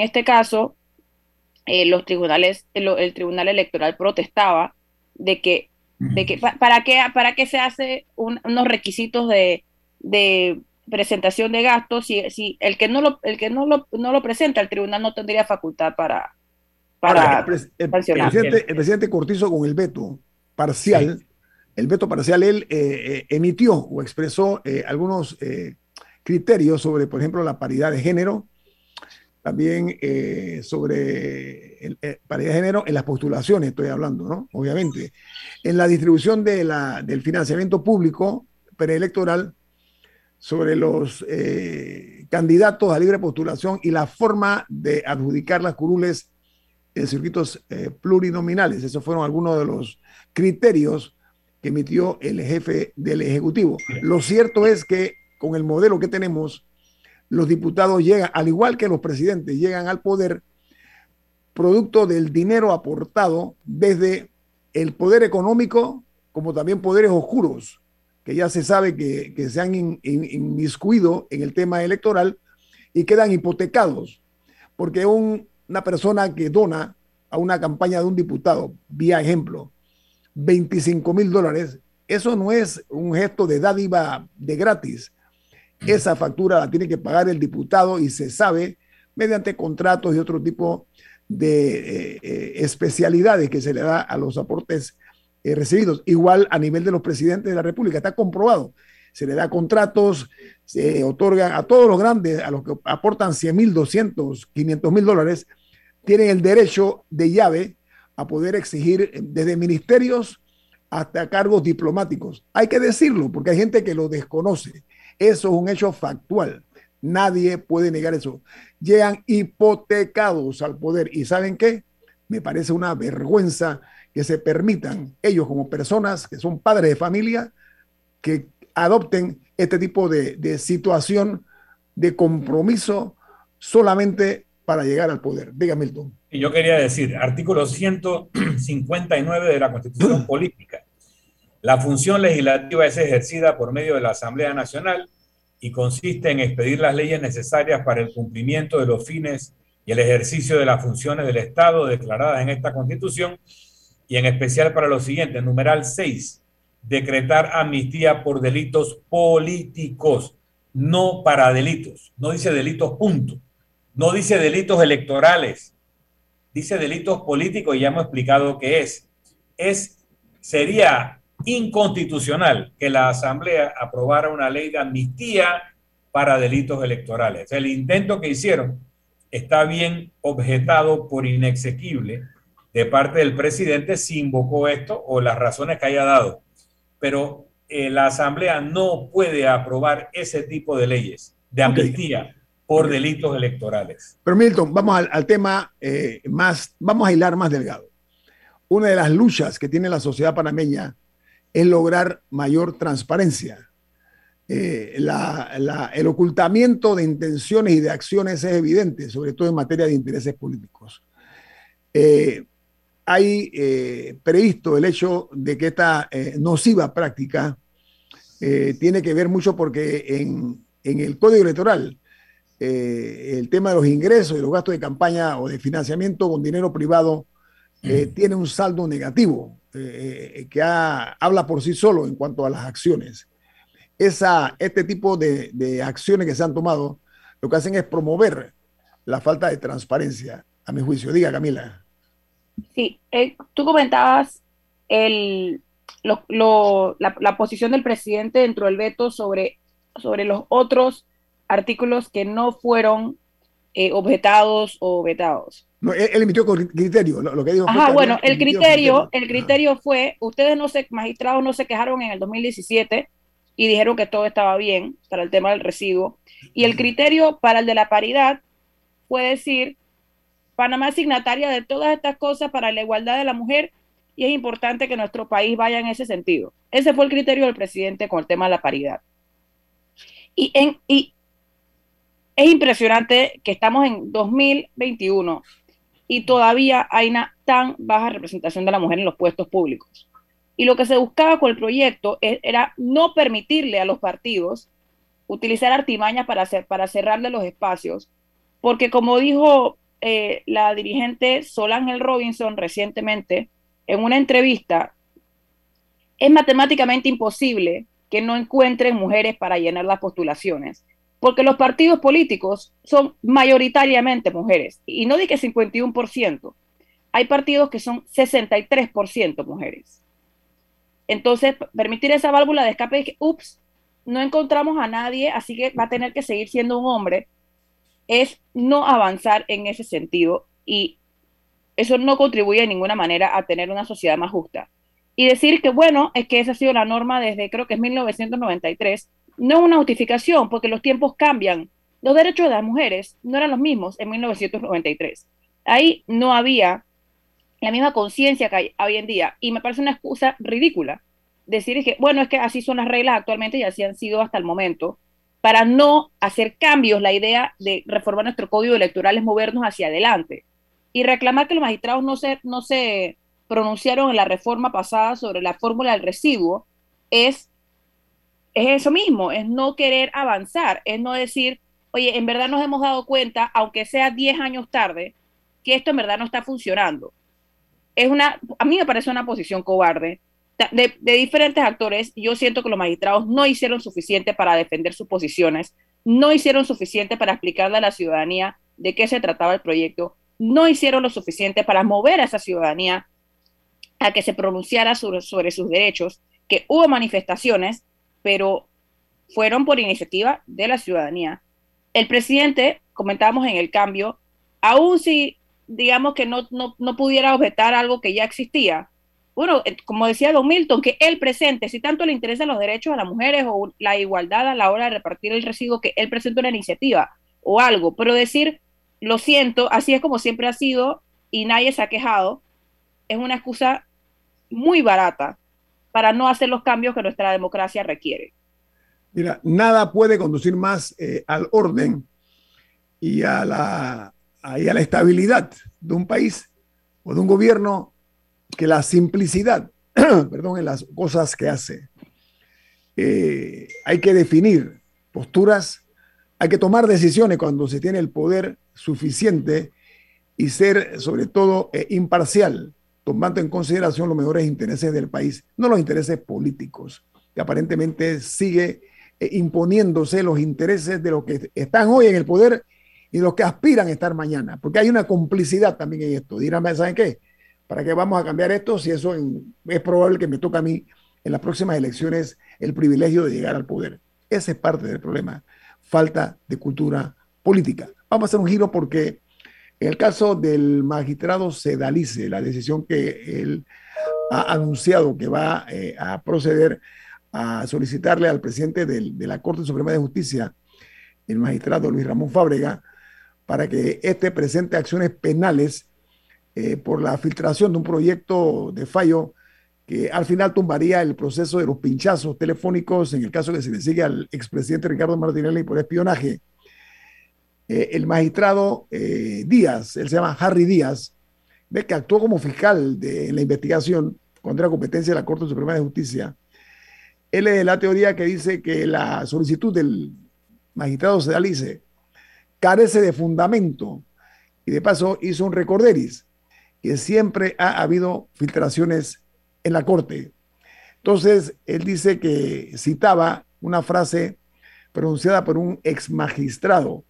el Tribunal Electoral protestaba de que ¿para qué se hace unos requisitos de presentación de gastos si el que no lo presenta, el tribunal no tendría facultad para sancionar? El presidente Cortizo, con el veto parcial, él emitió o expresó algunos criterios sobre, por ejemplo, la paridad de género, también sobre paridad de género en las postulaciones, estoy hablando, ¿no? Obviamente. En la distribución del financiamiento público preelectoral, sobre los candidatos a libre postulación y la forma de adjudicar las curules en circuitos plurinominales. Esos fueron algunos de los criterios que emitió el jefe del Ejecutivo. Lo cierto es que con el modelo que tenemos, los diputados llegan, al igual que los presidentes, llegan al poder producto del dinero aportado desde el poder económico, como también poderes oscuros, que ya se sabe que se han inmiscuido en el tema electoral y quedan hipotecados, porque una persona que dona a una campaña de un diputado, vía ejemplo, $25,000, eso no es un gesto de dádiva de gratis. Esa factura la tiene que pagar el diputado y se sabe mediante contratos y otro tipo de especialidades que se le da a los aportes recibidos. Igual a nivel de los presidentes de la República, está comprobado. Se le da contratos, se otorgan a todos los grandes, a los que aportan 100,000, 200, 500,000 dólares, tienen el derecho de llave a poder exigir desde ministerios hasta cargos diplomáticos. Hay que decirlo, porque hay gente que lo desconoce. Eso es un hecho factual. Nadie puede negar eso. Llegan hipotecados al poder. ¿Y saben qué? Me parece una vergüenza que se permitan ellos como personas que son padres de familia que adopten este tipo de situación de compromiso solamente para llegar al poder. Diga, Milton. Y yo quería decir, artículo 159 de la Constitución Política. La función legislativa es ejercida por medio de la Asamblea Nacional y consiste en expedir las leyes necesarias para el cumplimiento de los fines y el ejercicio de las funciones del Estado declaradas en esta Constitución, y en especial para lo siguiente: numeral 6, decretar amnistía por delitos políticos, no para delitos. No dice delitos, punto. No dice delitos electorales, dice delitos políticos, y ya hemos explicado qué es. Sería inconstitucional que la Asamblea aprobara una ley de amnistía para delitos electorales. El intento que hicieron está bien objetado por inexequible de parte del presidente si invocó esto o las razones que haya dado. Pero la Asamblea no puede aprobar ese tipo de leyes de amnistía por delitos electorales. Pero Milton, vamos al tema vamos a hilar más delgado. Una de las luchas que tiene la sociedad panameña es lograr mayor transparencia. El ocultamiento de intenciones y de acciones es evidente, sobre todo en materia de intereses políticos. Hay previsto el hecho de que esta nociva práctica tiene que ver mucho porque en el Código Electoral el tema de los ingresos y los gastos de campaña o de financiamiento con dinero privado tiene un saldo negativo que habla por sí solo en cuanto a las acciones. Este tipo de acciones que se han tomado lo que hacen es promover la falta de transparencia, a mi juicio. Diga, Camila. Sí, tú comentabas la posición del presidente dentro del veto sobre los otros artículos que no fueron objetados o vetados. No, él emitió criterio, lo que dijo. Ajá, bueno, el criterio fue, magistrados no se quejaron en el 2017 y dijeron que todo estaba bien para el tema del residuo. Y el criterio para el de la paridad fue decir, Panamá es signataria de todas estas cosas para la igualdad de la mujer y es importante que nuestro país vaya en ese sentido. Ese fue el criterio del presidente con el tema de la paridad. Y es impresionante que estamos en 2021 y todavía hay una tan baja representación de la mujer en los puestos públicos. Y lo que se buscaba con el proyecto era no permitirle a los partidos utilizar artimañas para cerrarle los espacios, porque como dijo la dirigente Sol Ángel Robinson recientemente en una entrevista, es matemáticamente imposible que no encuentren mujeres para llenar las postulaciones, porque los partidos políticos son mayoritariamente mujeres, y no di que 51%, hay partidos que son 63% mujeres. Entonces, permitir esa válvula de escape, que, no encontramos a nadie, así que va a tener que seguir siendo un hombre, es no avanzar en ese sentido, y eso no contribuye de ninguna manera a tener una sociedad más justa. Y decir que, bueno, es que esa ha sido la norma desde, creo que es 1993, no es una justificación, porque los tiempos cambian. Los derechos de las mujeres no eran los mismos en 1993. Ahí no había la misma conciencia que hay hoy en día, y me parece una excusa ridícula decir que, bueno, es que así son las reglas actualmente y así han sido hasta el momento, para no hacer cambios. La idea de reformar nuestro código electoral es movernos hacia adelante, y reclamar que los magistrados no se pronunciaron en la reforma pasada sobre la fórmula del residuo es es eso mismo, es no querer avanzar, es no decir, oye, en verdad nos hemos dado cuenta, aunque sea 10 años tarde, que esto en verdad no está funcionando. A mí me parece una posición cobarde. De diferentes actores, yo siento que los magistrados no hicieron suficiente para defender sus posiciones, no hicieron suficiente para explicarle a la ciudadanía de qué se trataba el proyecto, no hicieron lo suficiente para mover a esa ciudadanía a que se pronunciara sobre sus derechos, que hubo manifestaciones, pero fueron por iniciativa de la ciudadanía. El presidente, comentábamos en el cambio, aún si digamos que no pudiera objetar algo que ya existía, bueno, como decía Don Milton, que él presente, si tanto le interesan los derechos a las mujeres o la igualdad a la hora de repartir el residuo, que él presente una iniciativa o algo, pero decir, lo siento, así es como siempre ha sido y nadie se ha quejado, es una excusa muy barata para no hacer los cambios que nuestra democracia requiere. Mira, nada puede conducir más al orden y a la estabilidad de un país o de un gobierno que la simplicidad, perdón, en las cosas que hace. Hay que definir posturas, hay que tomar decisiones cuando se tiene el poder suficiente y ser sobre todo imparcial, tomando en consideración los mejores intereses del país, no los intereses políticos, que aparentemente sigue imponiéndose los intereses de los que están hoy en el poder y de los que aspiran a estar mañana, porque hay una complicidad también en esto. Dirán, ¿saben qué? ¿Para qué vamos a cambiar esto si eso es probable que me toque a mí en las próximas elecciones el privilegio de llegar al poder? Ese es parte del problema, falta de cultura política. Vamos a hacer un giro porque en el caso del magistrado Sedalice, la decisión que él ha anunciado que va a proceder a solicitarle al presidente de la Corte Suprema de Justicia, el magistrado Luis Ramón Fábrega, para que éste presente acciones penales por la filtración de un proyecto de fallo que al final tumbaría el proceso de los pinchazos telefónicos en el caso que se le sigue al expresidente Ricardo Martinelli por espionaje. El magistrado Díaz, él se llama Harry Díaz, ve que actuó como fiscal en la investigación contra la competencia de la Corte Suprema de Justicia. Él es de la teoría que dice que la solicitud del magistrado Sedalice carece de fundamento y de paso hizo un recorderis, que siempre ha habido filtraciones en la Corte. Entonces, él dice que citaba una frase pronunciada por un ex magistrado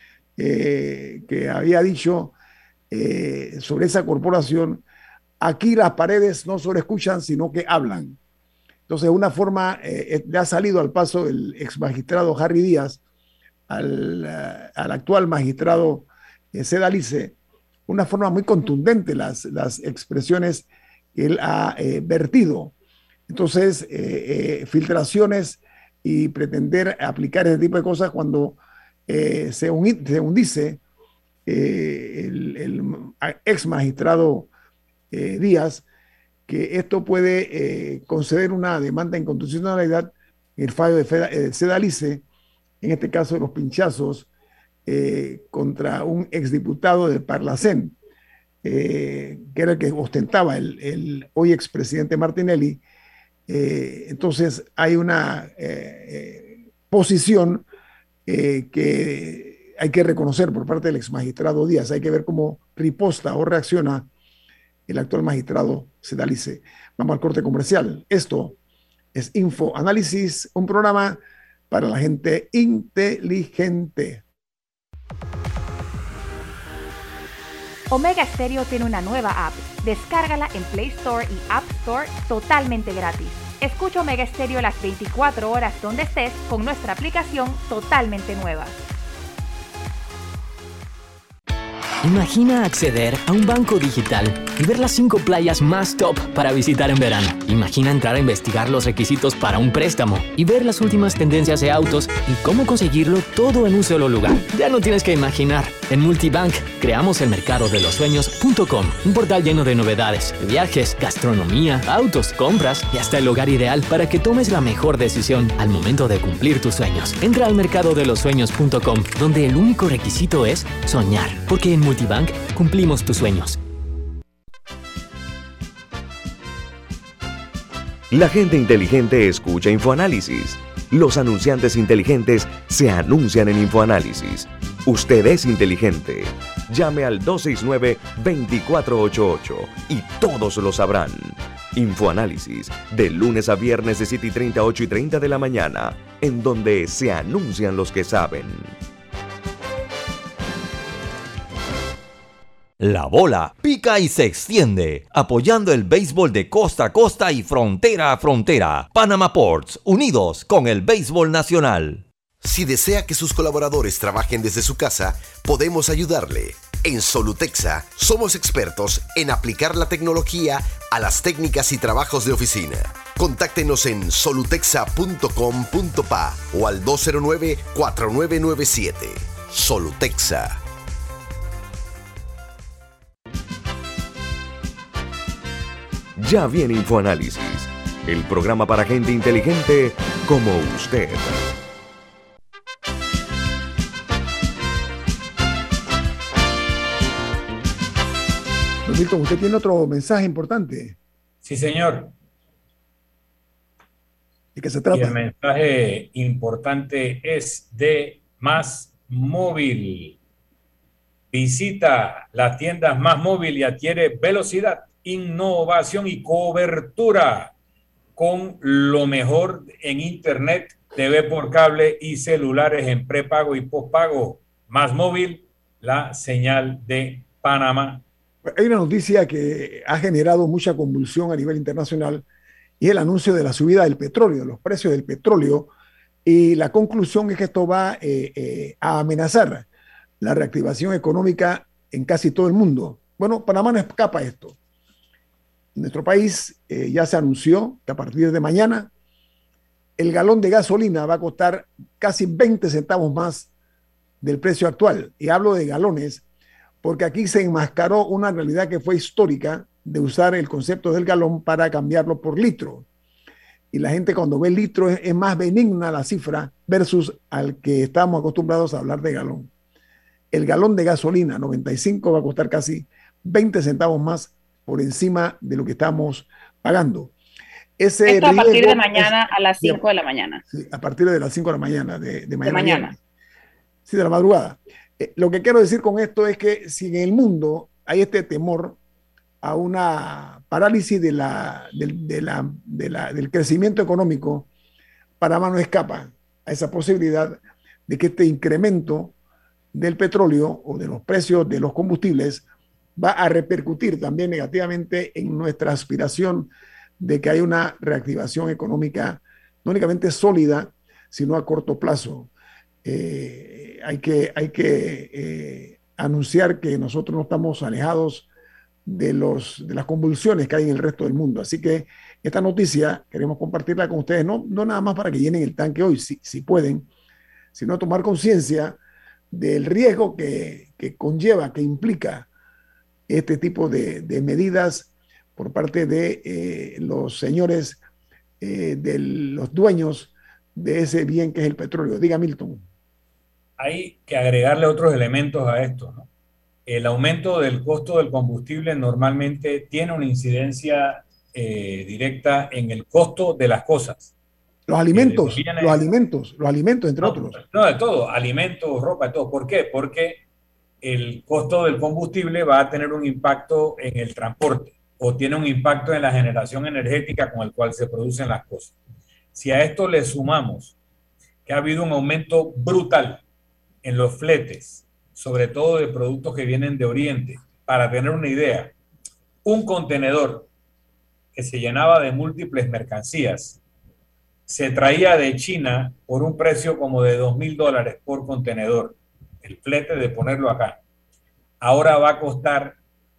que había dicho sobre esa corporación: aquí las paredes no solo escuchan, sino que hablan. Entonces, una forma, le ha salido al paso el ex magistrado Harry Díaz al actual magistrado Sedalice, una forma muy contundente las expresiones que él ha vertido. Entonces, filtraciones y pretender aplicar ese tipo de cosas cuando según dice el ex magistrado Díaz, que esto puede conceder una demanda de inconstitucionalidad en el fallo de Sedalice, en este caso de los pinchazos, contra un exdiputado del Parlacén, que era el que ostentaba el hoy expresidente Martinelli. Entonces hay una posición que hay que reconocer por parte del ex magistrado Díaz. Hay que ver cómo riposta o reacciona el actual magistrado Sedalice. Vamos al corte comercial. Esto es Info Análisis, un programa para la gente inteligente. Omega Stereo tiene una nueva app. Descárgala en Play Store y App Store totalmente gratis. Escucha Omega Stereo las 24 horas donde estés con nuestra aplicación totalmente nueva. Imagina acceder a un banco digital y ver las 5 playas más top para visitar en verano. Imagina entrar a investigar los requisitos para un préstamo y ver las últimas tendencias de autos y cómo conseguirlo todo en un solo lugar. Ya no tienes que imaginar. En Multibank creamos el mercadodelosueños.com, un portal lleno de novedades, viajes, gastronomía, autos, compras y hasta el hogar ideal para que tomes la mejor decisión al momento de cumplir tus sueños. Entra al mercadodelosueños.com, donde el único requisito es soñar, porque en Multibank cumplimos tus sueños. La gente inteligente escucha InfoAnálisis Los anunciantes inteligentes se anuncian en InfoAnálisis. Usted es inteligente. Llame al 269-2488 y todos lo sabrán. InfoAnálisis, de lunes a viernes de 7:30 a 8:30 de la mañana, en donde se anuncian los que saben. La bola pica y se extiende, apoyando el béisbol de costa a costa y frontera a frontera. Panama Ports, unidos con el béisbol nacional. Si desea que sus colaboradores trabajen desde su casa, podemos ayudarle. En Solutexa somos expertos en aplicar la tecnología a las técnicas y trabajos de oficina. Contáctenos en solutexa.com.pa o al 209-4997. Solutexa. Ya viene InfoAnálisis, el programa para gente inteligente como usted. Don Milton, usted tiene otro mensaje importante. Sí, señor. ¿De qué se trata? Y el mensaje importante es de Más Móvil. Visita las tiendas Más Móvil y adquiere velocidad, innovación y cobertura con lo mejor en Internet, TV por cable y celulares en prepago y postpago. Más Móvil, la señal de Panamá. Hay una noticia que ha generado mucha convulsión a nivel internacional y el anuncio de la subida del petróleo, de los precios del petróleo, y la conclusión es que esto va a amenazar la reactivación económica en casi todo el mundo. Bueno, Panamá no escapa a esto. En nuestro país ya se anunció que a partir de mañana el galón de gasolina va a costar casi 20 centavos más del precio actual. Y hablo de galones porque aquí se enmascaró una realidad que fue histórica de usar el concepto del galón para cambiarlo por litro. Y la gente cuando ve litro es más benigna la cifra versus al que estamos acostumbrados a hablar de galón. El galón de gasolina 95 va a costar casi 20 centavos más por encima de lo que estamos pagando. Esto a partir de mañana a las 5 de la mañana. Sí, a partir de las 5 de la mañana. De mañana. Sí, de la madrugada. Lo que quiero decir con esto es que si en el mundo hay este temor a una parálisis del crecimiento económico, Panamá no escapa a esa posibilidad de que este incremento del petróleo o de los precios de los combustibles va a repercutir también negativamente en nuestra aspiración de que haya una reactivación económica no únicamente sólida, sino a corto plazo. Hay que anunciar que nosotros no estamos alejados de las convulsiones que hay en el resto del mundo. Así que esta noticia queremos compartirla con ustedes, no nada más para que llenen el tanque hoy, si pueden, sino tomar conciencia del riesgo que conlleva, que implica este tipo de medidas por parte de los señores, de los dueños de ese bien que es el petróleo. Diga, Milton. Hay que agregarle otros elementos a esto, ¿no? El aumento del costo del combustible normalmente tiene una incidencia directa en el costo de las cosas. Los alimentos, entre otros. No, de todo, alimentos, ropa, de todo. ¿Por qué? Porque el costo del combustible va a tener un impacto en el transporte o tiene un impacto en la generación energética con el cual se producen las cosas. Si a esto le sumamos que ha habido un aumento brutal en los fletes, sobre todo de productos que vienen de Oriente, para tener una idea, un contenedor que se llenaba de múltiples mercancías se traía de China por un precio como de $2,000 por contenedor, el flete de ponerlo acá. Ahora va a costar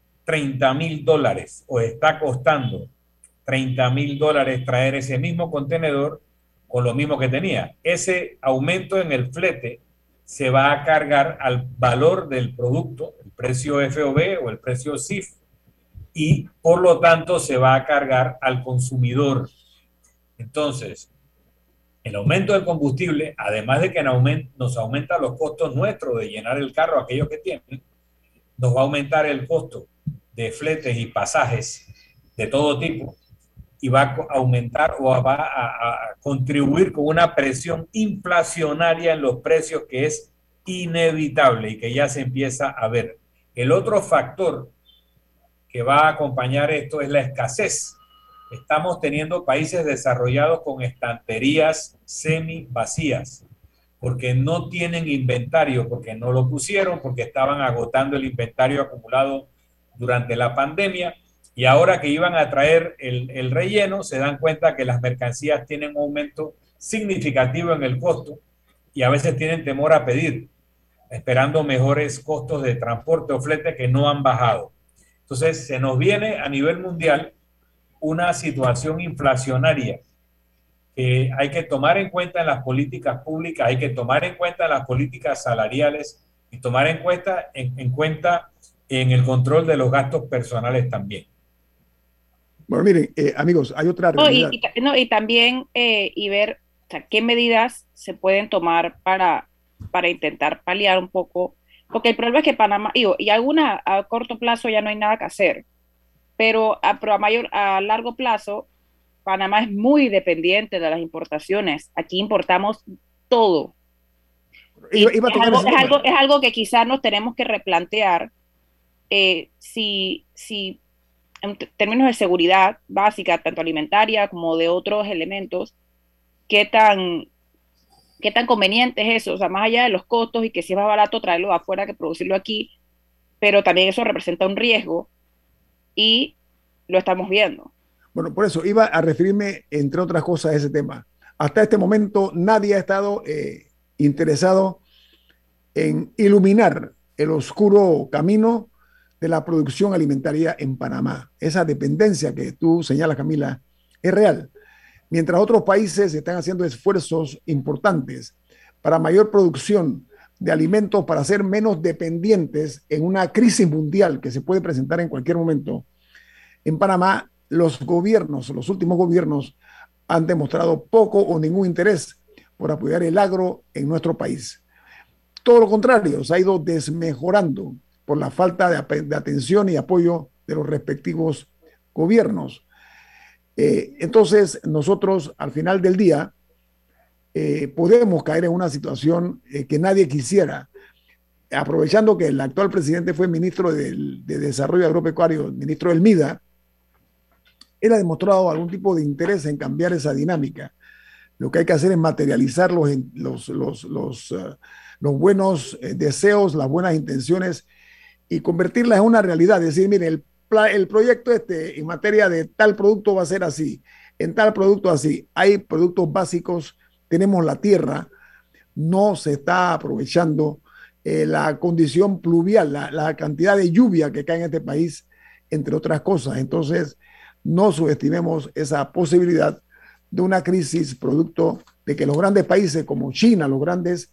$30,000 o está costando $30,000 traer ese mismo contenedor con lo mismo que tenía. Ese aumento en el flete se va a cargar al valor del producto, el precio FOB o el precio CIF, y por lo tanto se va a cargar al consumidor. Entonces, el aumento del combustible, además de que nos aumenta los costos nuestros de llenar el carro, aquellos que tienen, nos va a aumentar el costo de fletes y pasajes de todo tipo, y va a aumentar o va a contribuir con una presión inflacionaria en los precios que es inevitable y que ya se empieza a ver. El otro factor que va a acompañar esto es la escasez. Estamos teniendo países desarrollados con estanterías semi vacías, porque no tienen inventario, porque no lo pusieron, porque estaban agotando el inventario acumulado durante la pandemia, y ahora que iban a traer el relleno, se dan cuenta que las mercancías tienen un aumento significativo en el costo y a veces tienen temor a pedir, esperando mejores costos de transporte o flete que no han bajado. Entonces, se nos viene a nivel mundial una situación inflacionaria que hay que tomar en cuenta en las políticas públicas, hay que tomar en cuenta en las políticas salariales y tomar en cuenta en el control de los gastos personales también. Bueno, miren, amigos, hay otra realidad. Y también y ver, o sea, qué medidas se pueden tomar para intentar paliar un poco, porque el problema es que Panamá, y alguna a corto plazo ya no hay nada que hacer, pero a largo plazo, Panamá es muy dependiente de las importaciones. Aquí importamos todo. Es algo que quizás nos tenemos que replantear si en términos de seguridad básica, tanto alimentaria como de otros elementos, qué tan conveniente es eso, o sea, más allá de los costos y que si es más barato traerlo de afuera que producirlo aquí, pero también eso representa un riesgo y lo estamos viendo. Bueno, por eso iba a referirme, entre otras cosas, a ese tema. Hasta este momento nadie ha estado interesado en iluminar el oscuro camino de la producción alimentaria en Panamá. Esa dependencia que tú señalas, Camila, es real. Mientras otros países están haciendo esfuerzos importantes para mayor producción de alimentos, para ser menos dependientes en una crisis mundial que se puede presentar en cualquier momento, en Panamá los últimos gobiernos han demostrado poco o ningún interés por apoyar el agro en nuestro país. Todo lo contrario, se ha ido desmejorando por la falta de atención y apoyo de los respectivos gobiernos. Entonces, nosotros al final del día podemos caer en una situación que nadie quisiera. Aprovechando que el actual presidente fue ministro de Desarrollo Agropecuario, ministro del MIDA, él ha demostrado algún tipo de interés en cambiar esa dinámica. Lo que hay que hacer es materializar los buenos deseos, las buenas intenciones y convertirlas en una realidad. Es decir, mire, el proyecto en materia de tal producto va a ser así, en tal producto así. Hay productos básicos, tenemos la tierra, no se está aprovechando la condición pluvial, la cantidad de lluvia que cae en este país, entre otras cosas. Entonces, no subestimemos esa posibilidad de una crisis producto de que los grandes países como China, los grandes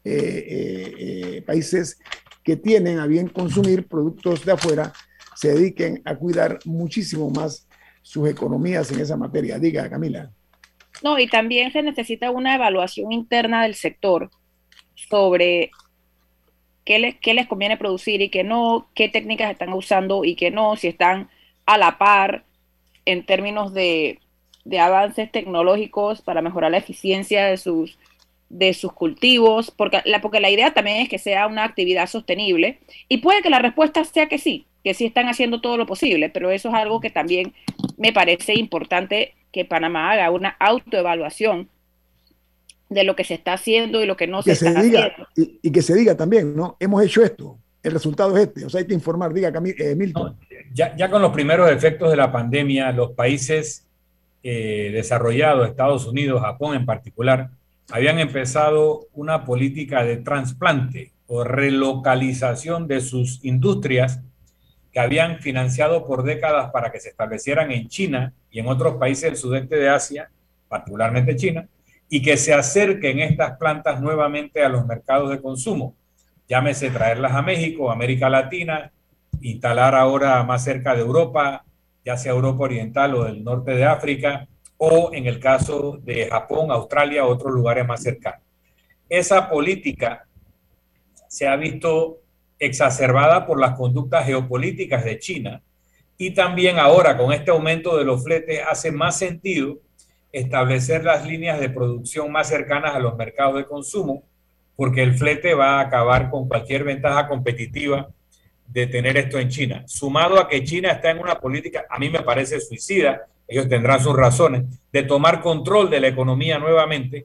países que tienen a bien consumir productos de afuera, se dediquen a cuidar muchísimo más sus economías en esa materia. Diga, Camila. No, y también se necesita una evaluación interna del sector sobre qué les conviene producir y qué no, qué técnicas están usando y qué no, si están a la par en términos de avances tecnológicos para mejorar la eficiencia de sus cultivos, porque la idea también es que sea una actividad sostenible y puede que la respuesta sea que sí están haciendo todo lo posible, pero eso es algo que también me parece importante que Panamá haga una autoevaluación de lo que se está haciendo y lo que no se está haciendo. Y que se diga también, ¿no? Hemos hecho esto, el resultado es este, o sea, hay que informar, diga Milton. No, ya con los primeros efectos de la pandemia, los países desarrollados, Estados Unidos, Japón en particular, habían empezado una política de trasplante o relocalización de sus industrias que habían financiado por décadas para que se establecieran en China y en otros países del sudeste de Asia, particularmente China, y que se acerquen estas plantas nuevamente a los mercados de consumo. Llámese traerlas a México, América Latina, instalar ahora más cerca de Europa, ya sea Europa Oriental o del norte de África, o en el caso de Japón, Australia, otros lugares más cercanos. Esa política se ha visto exacerbada por las conductas geopolíticas de China Y también ahora, con este aumento de los fletes, hace más sentido establecer las líneas de producción más cercanas a los mercados de consumo, porque el flete va a acabar con cualquier ventaja competitiva de tener esto en China. Sumado a que China está en una política, a mí me parece suicida, ellos tendrán sus razones, de tomar control de la economía nuevamente,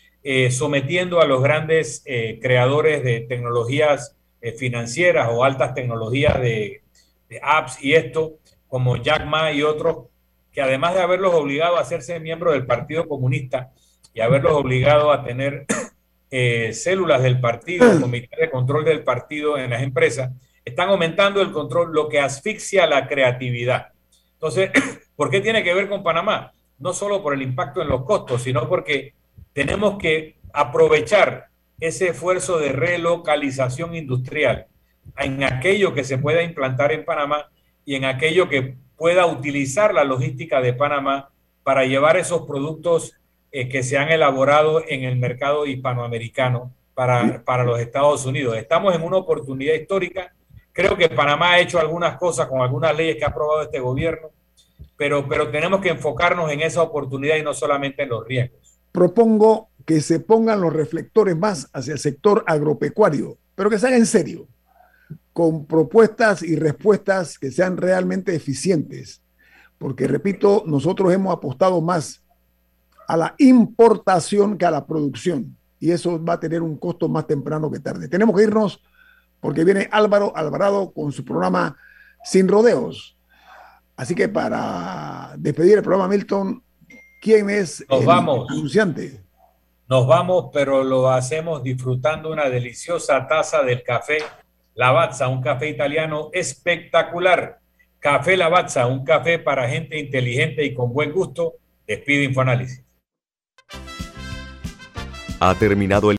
sometiendo a los grandes creadores de tecnologías financieras o altas tecnologías de apps y esto, como Jack Ma y otros, que además de haberlos obligado a hacerse miembros del Partido Comunista y haberlos obligado a tener células del partido, comité de control del partido en las empresas, están aumentando el control, lo que asfixia la creatividad. Entonces, ¿por qué tiene que ver con Panamá? No solo por el impacto en los costos, sino porque tenemos que aprovechar ese esfuerzo de relocalización industrial en aquello que se pueda implantar en Panamá y en aquello que pueda utilizar la logística de Panamá para llevar esos productos que se han elaborado en el mercado hispanoamericano para los Estados Unidos. Estamos en una oportunidad histórica. Creo que Panamá ha hecho algunas cosas con algunas leyes que ha aprobado este gobierno, pero tenemos que enfocarnos en esa oportunidad y no solamente en los riesgos. Propongo que se pongan los reflectores más hacia el sector agropecuario, pero que se haga en serio, con propuestas y respuestas que sean realmente eficientes, porque repito, nosotros hemos apostado más a la importación que a la producción, y eso va a tener un costo más temprano que tarde. Tenemos que irnos porque viene Álvaro Alvarado con su programa Sin Rodeos. Así que para despedir el programa, Milton, ¿quién es el anunciante? Nos vamos, pero lo hacemos disfrutando una deliciosa taza del café Lavazza, un café italiano espectacular. Café Lavazza, un café para gente inteligente y con buen gusto. Despide Infoanálisis. Ha terminado el